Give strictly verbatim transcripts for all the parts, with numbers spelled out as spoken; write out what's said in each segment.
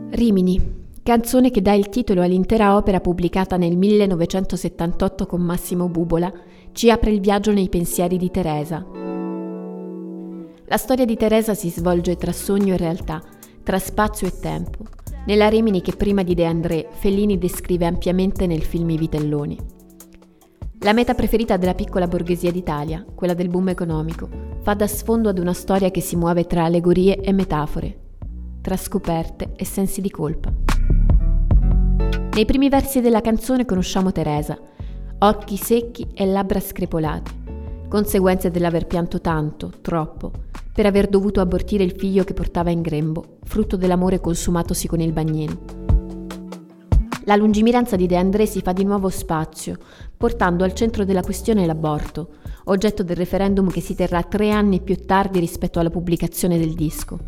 Rimini, canzone che dà il titolo all'intera opera pubblicata nel millenovecentosettantotto con Massimo Bubola, ci apre il viaggio nei pensieri di Teresa. La storia di Teresa si svolge tra sogno e realtà, tra spazio e tempo, nella Rimini che prima di De André Fellini descrive ampiamente nel film I Vitelloni. La meta preferita della piccola borghesia d'Italia, quella del boom economico, fa da sfondo ad una storia che si muove tra allegorie e metafore, tra scoperte e sensi di colpa. Nei primi versi della canzone conosciamo Teresa, occhi secchi e labbra screpolate, conseguenze dell'aver pianto tanto, troppo, per aver dovuto abortire il figlio che portava in grembo, frutto dell'amore consumatosi con il bagnino. La lungimiranza di De André si fa di nuovo spazio, portando al centro della questione l'aborto, oggetto del referendum che si terrà tre anni più tardi rispetto alla pubblicazione del disco.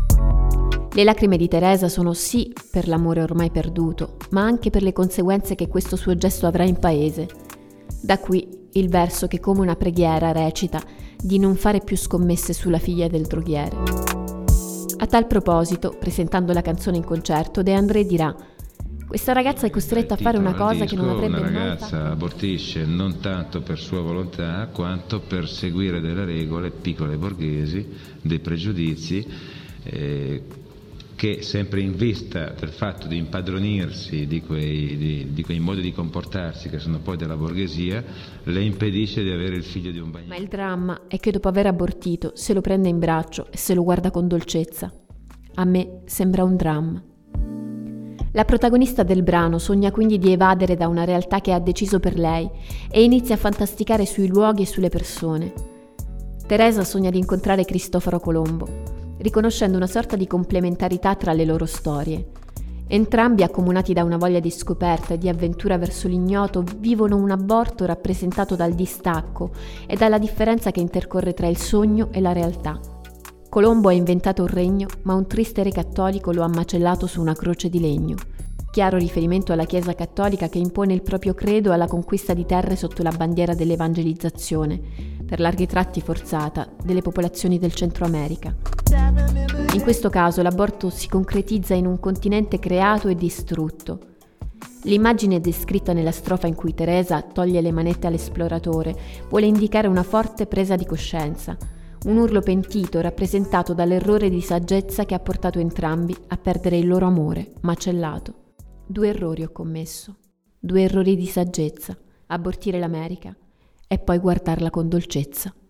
Le lacrime di Teresa sono sì per l'amore ormai perduto, ma anche per le conseguenze che questo suo gesto avrà in paese. Da qui il verso che come una preghiera recita di non fare più scommesse sulla figlia del droghiere. A tal proposito, presentando la canzone in concerto, De André dirà: questa ragazza è costretta a fare una cosa che non avrebbe mai fatto. Una ragazza abortisce non tanto per sua volontà quanto per seguire delle regole piccole borghesi, dei pregiudizi, eh, che sempre in vista del fatto di impadronirsi di quei, di, di quei modi di comportarsi che sono poi della borghesia, le impedisce di avere il figlio di un bagnino. Ma il dramma è che dopo aver abortito se lo prende in braccio e se lo guarda con dolcezza. A me sembra un dramma. La protagonista del brano sogna quindi di evadere da una realtà che ha deciso per lei e inizia a fantasticare sui luoghi e sulle persone. Teresa sogna di incontrare Cristoforo Colombo, riconoscendo una sorta di complementarità tra le loro storie. Entrambi, accomunati da una voglia di scoperta e di avventura verso l'ignoto, vivono un aborto rappresentato dal distacco e dalla differenza che intercorre tra il sogno e la realtà. Colombo ha inventato un regno, ma un triste re cattolico lo ha macellato su una croce di legno. Chiaro riferimento alla Chiesa cattolica che impone il proprio credo alla conquista di terre sotto la bandiera dell'evangelizzazione, per larghi tratti forzata, delle popolazioni del Centro America. In questo caso l'aborto si concretizza in un continente creato e distrutto. L'immagine descritta nella strofa in cui Teresa toglie le manette all'esploratore vuole indicare una forte presa di coscienza, un urlo pentito rappresentato dall'errore di saggezza che ha portato entrambi a perdere il loro amore, macellato. Due errori ho commesso, due errori di saggezza, abortire l'America e poi guardarla con dolcezza.